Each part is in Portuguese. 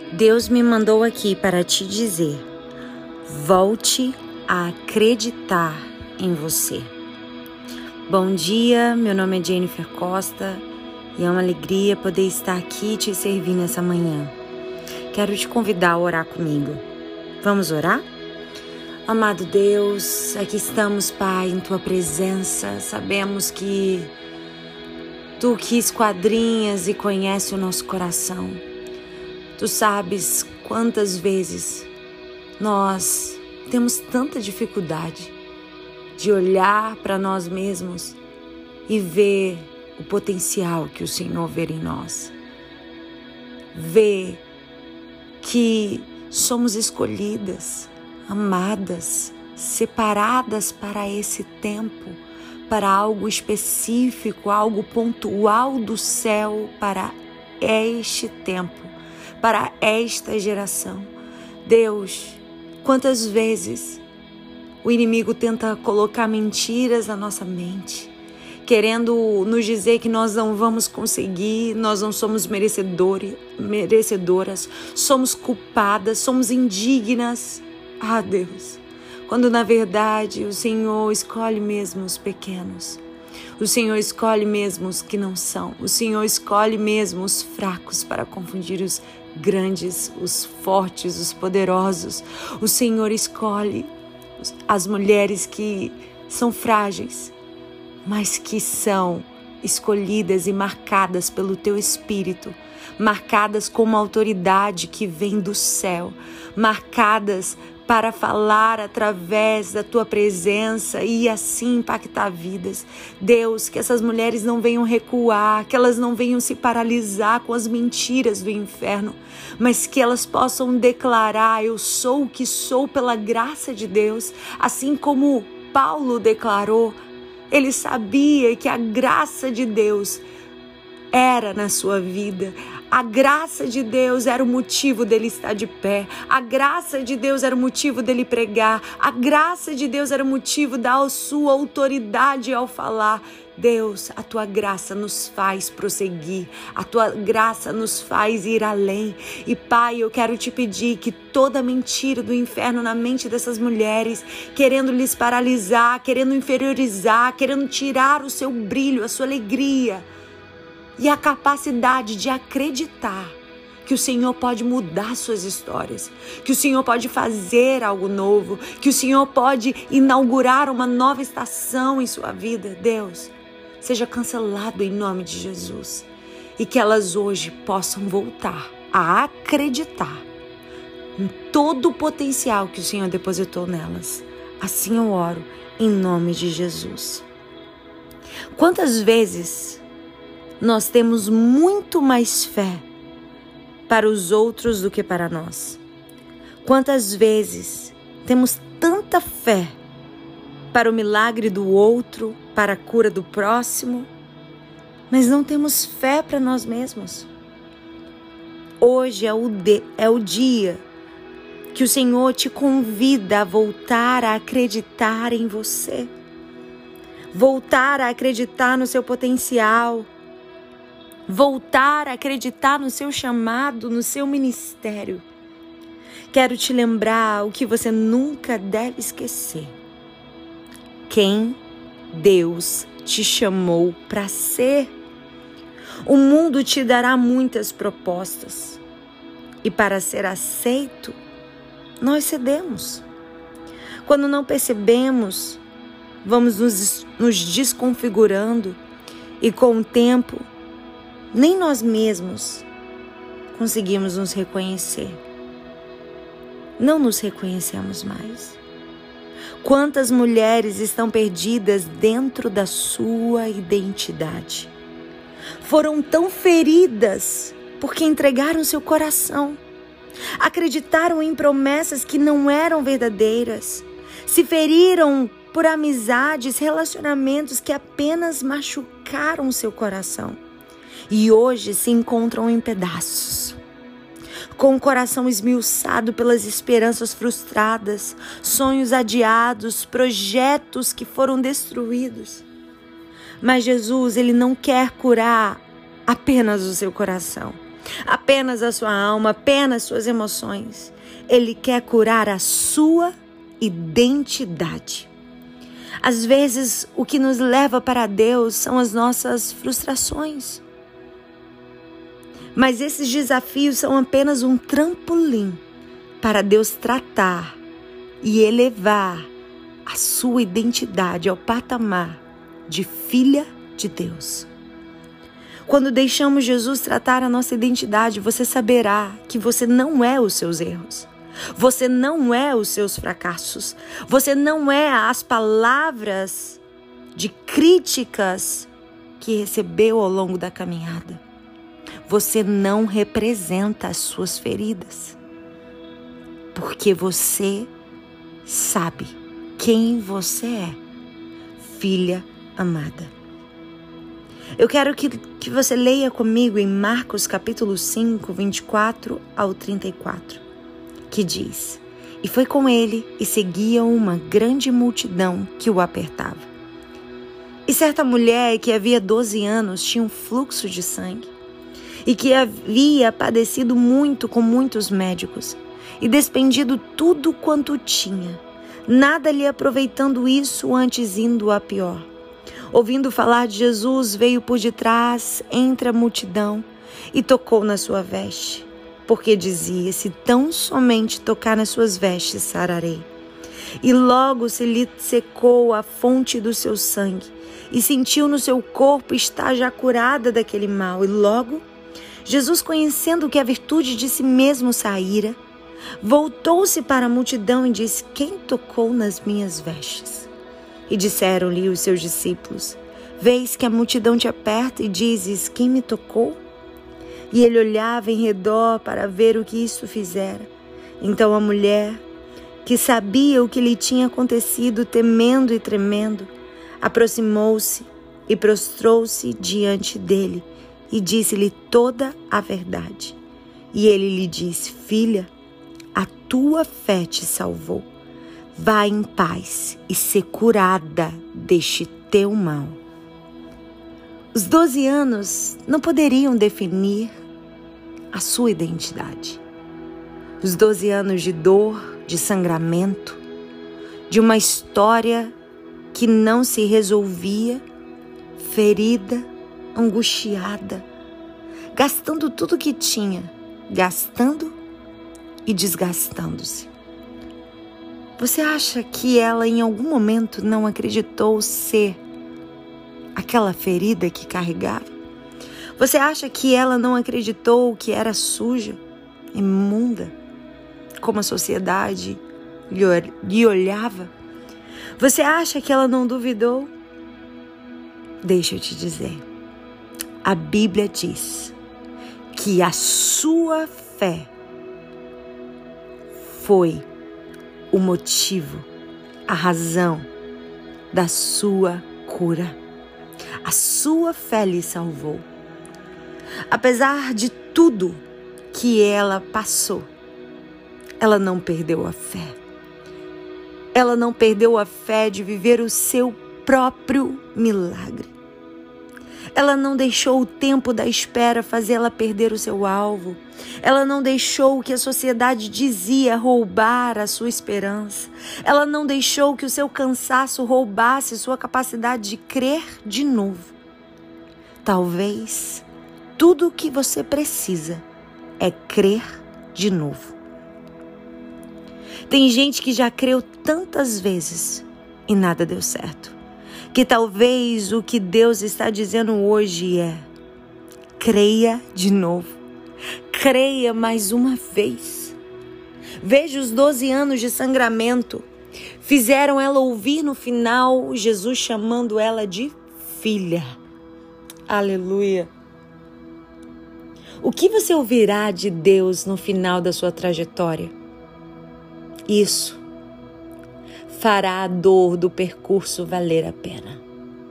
Deus me mandou aqui para te dizer: volte a acreditar em você. Bom dia, meu nome é Jennifer Costa e é uma alegria poder estar aqui te servir nessa manhã. Quero te convidar a orar comigo. Vamos orar? Amado Deus, aqui estamos, Pai, em Tua presença. Sabemos que Tu que esquadrinhas e conhece o nosso coração. Tu sabes quantas vezes nós temos tanta dificuldade de olhar para nós mesmos e ver o potencial que o Senhor vê em nós. Ver que somos escolhidas, amadas, separadas para esse tempo, para algo específico, algo pontual do céu para este tempo, para esta geração. Deus, quantas vezes o inimigo tenta colocar mentiras na nossa mente, querendo nos dizer que nós não vamos conseguir, nós não somos merecedoras, somos culpadas, somos indignas. Ah, Deus, quando na verdade o Senhor escolhe mesmo os pequenos. O Senhor escolhe mesmo os que não são. O Senhor escolhe mesmo os fracos para confundir os grandes, os fortes, os poderosos. O Senhor escolhe as mulheres que são frágeis, mas que são escolhidas e marcadas pelo Teu Espírito, marcadas com uma autoridade que vem do céu, marcadas para falar através da Tua presença e assim impactar vidas. Deus, que essas mulheres não venham recuar, que elas não venham se paralisar com as mentiras do inferno, mas que elas possam declarar: eu sou o que sou pela graça de Deus, assim como Paulo declarou. Ele sabia que a graça de Deus era na sua vida. A graça de Deus era o motivo dele estar de pé. A graça de Deus era o motivo dele pregar. A graça de Deus era o motivo da sua autoridade ao falar. Deus, a Tua graça nos faz prosseguir. A Tua graça nos faz ir além. E Pai, eu quero te pedir que toda mentira do inferno na mente dessas mulheres, querendo lhes paralisar, querendo inferiorizar, querendo tirar o seu brilho, a sua alegria e a capacidade de acreditar que o Senhor pode mudar suas histórias, que o Senhor pode fazer algo novo, que o Senhor pode inaugurar uma nova estação em sua vida. Deus, seja cancelado em nome de Jesus e que elas hoje possam voltar a acreditar em todo o potencial que o Senhor depositou nelas. Assim eu oro em nome de Jesus. Quantas vezes nós temos muito mais fé para os outros do que para nós? Quantas vezes temos tanta fé para o milagre do outro, para a cura do próximo, mas não temos fé para nós mesmos? Hoje é o dia que o Senhor te convida a voltar a acreditar em você, voltar a acreditar no seu potencial, voltar a acreditar no seu chamado, no seu ministério. Quero te lembrar o que você nunca deve esquecer: quem Deus te chamou para ser. O mundo te dará muitas propostas e para ser aceito, nós cedemos. Quando não percebemos, vamos nos desconfigurando e com o tempo, nem nós mesmos conseguimos nos reconhecer. Não nos reconhecemos mais. Quantas mulheres estão perdidas dentro da sua identidade? Foram tão feridas porque entregaram seu coração. Acreditaram em promessas que não eram verdadeiras. Se feriram por amizades, relacionamentos que apenas machucaram seu coração. E hoje se encontram em pedaços, com o coração esmiuçado pelas esperanças frustradas, sonhos adiados, projetos que foram destruídos. Mas Jesus, Ele não quer curar apenas o seu coração. apenas a sua alma, apenas suas emoções. Ele quer curar a sua identidade. Às vezes, o que nos leva para Deus são as nossas frustrações. Mas esses desafios são apenas um trampolim para Deus tratar e elevar a sua identidade ao patamar de filha de Deus. Quando deixamos Jesus tratar a nossa identidade, você saberá que você não é os seus erros. Você não é os seus fracassos. Você não é as palavras de críticas que recebeu ao longo da caminhada. Você não representa as suas feridas. Porque você sabe quem você é, filha amada. Eu quero que você leia comigo em Marcos capítulo 5, 24 ao 34, que diz: E foi com ele e seguia uma grande multidão que o apertava. E certa mulher que havia 12 anos tinha um fluxo de sangue e que havia padecido muito com muitos médicos e despendido tudo quanto tinha, nada lhe aproveitando isso, antes indo a pior. Ouvindo falar de Jesus, veio por detrás, entre a multidão, e tocou na sua veste, porque dizia: se tão somente tocar nas suas vestes, sararei. E logo se lhe secou a fonte do seu sangue, e sentiu no seu corpo estar já curada daquele mal. E logo, Jesus, conhecendo que a virtude de si mesmo saíra, voltou-se para a multidão e disse: quem tocou nas minhas vestes? E disseram-lhe os seus discípulos: vês que a multidão te aperta e dizes: quem me tocou? E ele olhava em redor para ver o que isso fizera. Então a mulher, que sabia o que lhe tinha acontecido, temendo e tremendo, aproximou-se e prostrou-se diante dele e disse-lhe toda a verdade. E ele lhe disse: filha, a tua fé te salvou. Vá em paz e ser curada deste teu mal. Os 12 anos não poderiam definir a sua identidade. Os 12 anos de dor, de sangramento, de uma história que não se resolvia, ferida, angustiada, gastando tudo que tinha, gastando e desgastando-se. Você acha que ela em algum momento não acreditou ser aquela ferida que carregava? Você acha que ela não acreditou que era suja, imunda, como a sociedade lhe olhava? Você acha que ela não duvidou? Deixa eu te dizer, a Bíblia diz que a sua fé foi o motivo, a razão da sua cura. A sua fé lhe salvou. Apesar de tudo que ela passou, ela não perdeu a fé. Ela não perdeu a fé de viver o seu próprio milagre. Ela não deixou o tempo da espera fazê-la perder o seu alvo. Ela não deixou o que a sociedade dizia roubar a sua esperança. Ela não deixou que o seu cansaço roubasse sua capacidade de crer de novo. Talvez tudo o que você precisa é crer de novo. Tem gente que já creu tantas vezes e nada deu certo, que talvez o que Deus está dizendo hoje é: creia de novo, creia mais uma vez. Veja, os 12 anos de sangramento fizeram ela ouvir no final Jesus chamando ela de filha. Aleluia! O que você ouvirá de Deus no final da sua trajetória? Isso fará a dor do percurso valer a pena.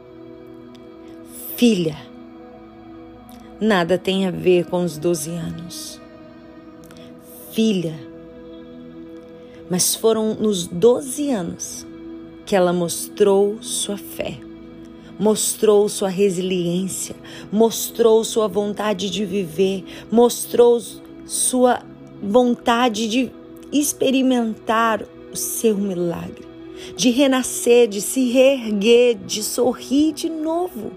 Filha, nada tem a ver com os 12 anos. Filha, mas foram nos 12 anos que ela mostrou sua fé, mostrou sua resiliência, mostrou sua vontade de viver, mostrou sua vontade de experimentar o seu milagre, de renascer, de se reerguer, de sorrir de novo.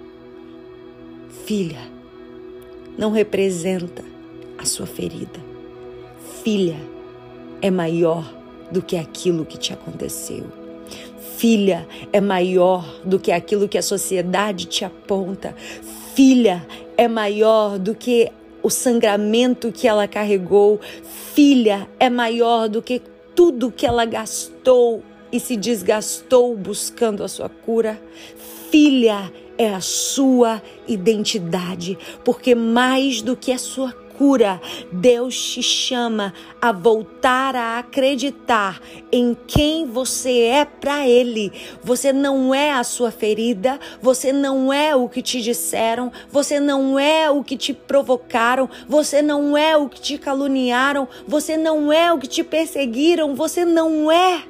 Filha, não representa a sua ferida. Filha, é maior do que aquilo que te aconteceu. Filha, é maior do que aquilo que a sociedade te aponta. Filha, é maior do que o sangramento que ela carregou. Filha, é maior do que tudo que ela gastou e se desgastou buscando a sua cura. Filha, é a sua identidade, porque mais do que a sua cura, Deus te chama a voltar a acreditar em quem você é para Ele. Você não é a sua ferida, você não é o que te disseram, você não é o que te provocaram, você não é o que te caluniaram, você não é o que te perseguiram, você não é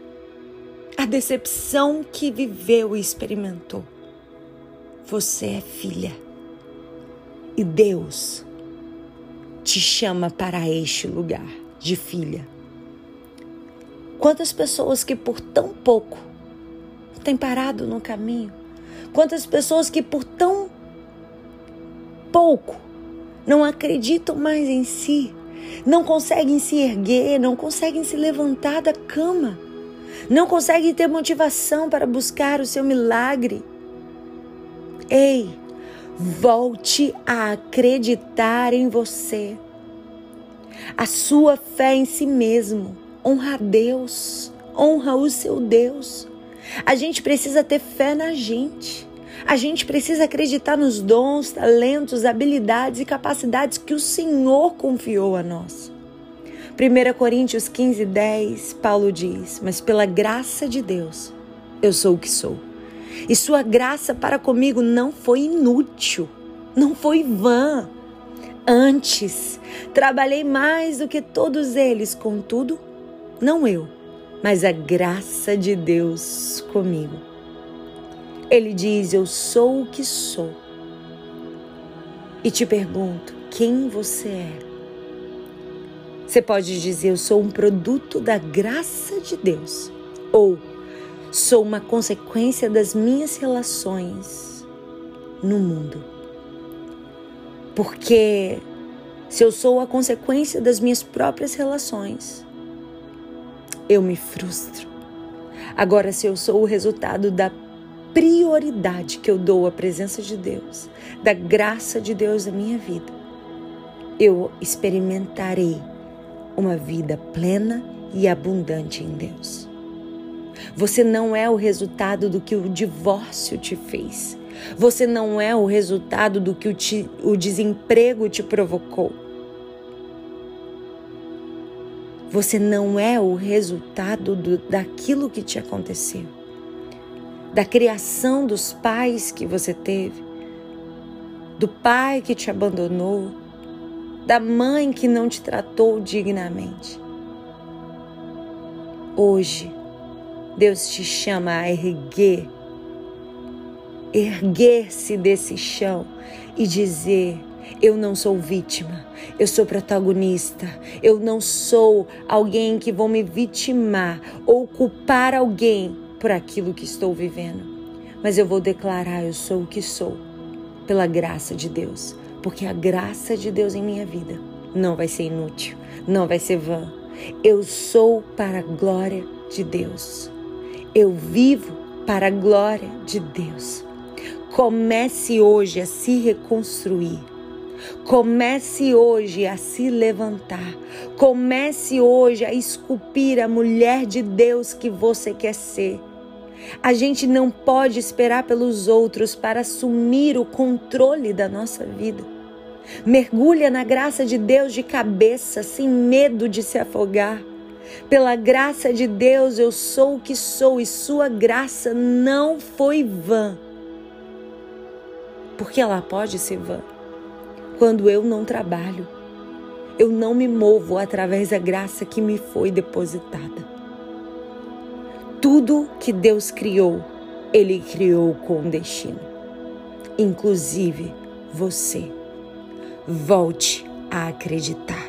a decepção que viveu e experimentou. Você é filha e Deus te chama para este lugar de filha. Quantas pessoas que por tão pouco têm parado no caminho? Quantas pessoas que por tão pouco não acreditam mais em si, não conseguem se erguer, não conseguem se levantar da cama, não conseguem ter motivação para buscar o seu milagre. Ei, volte a acreditar em você. A sua fé em si mesmo. Honra a Deus. Honra o seu Deus. A gente precisa ter fé na gente. A gente precisa acreditar nos dons, talentos, habilidades e capacidades que o Senhor confiou a nós. 1 Coríntios 15:10, Paulo diz: mas pela graça de Deus, eu sou o que sou. E sua graça para comigo não foi inútil, não foi vã. Antes, trabalhei mais do que todos eles, contudo, não eu, mas a graça de Deus comigo. Ele diz: eu sou o que sou. E te pergunto, quem você é? Você pode dizer: eu sou um produto da graça de Deus. Ou sou uma consequência das minhas relações no mundo. Porque se eu sou a consequência das minhas próprias relações, eu me frustro. Agora, se eu sou o resultado da prioridade que eu dou à presença de Deus, da graça de Deus na minha vida, eu experimentarei uma vida plena e abundante em Deus. Você não é o resultado do que o divórcio te fez. Você não é o resultado do que o desemprego te provocou. Você não é o resultado daquilo que te aconteceu. Da criação dos pais que você teve. Do pai que te abandonou. Da mãe que não te tratou dignamente. Hoje, Deus te chama a erguer-se desse chão e dizer: eu não sou vítima, eu sou protagonista. Eu não sou alguém que vou me vitimar ou culpar alguém por aquilo que estou vivendo. Mas eu vou declarar: eu sou o que sou, pela graça de Deus. Porque a graça de Deus em minha vida não vai ser inútil, não vai ser vã. Eu sou para a glória de Deus. Eu vivo para a glória de Deus. Comece hoje a se reconstruir. Comece hoje a se levantar. Comece hoje a esculpir a mulher de Deus que você quer ser. A gente não pode esperar pelos outros para assumir o controle da nossa vida. Mergulha na graça de Deus de cabeça, sem medo de se afogar. Pela graça de Deus eu sou o que sou e sua graça não foi vã. Porque ela pode ser vã. Quando eu não trabalho, eu não me movo através da graça que me foi depositada. Tudo que Deus criou, Ele criou com destino. Inclusive você. Volte a acreditar.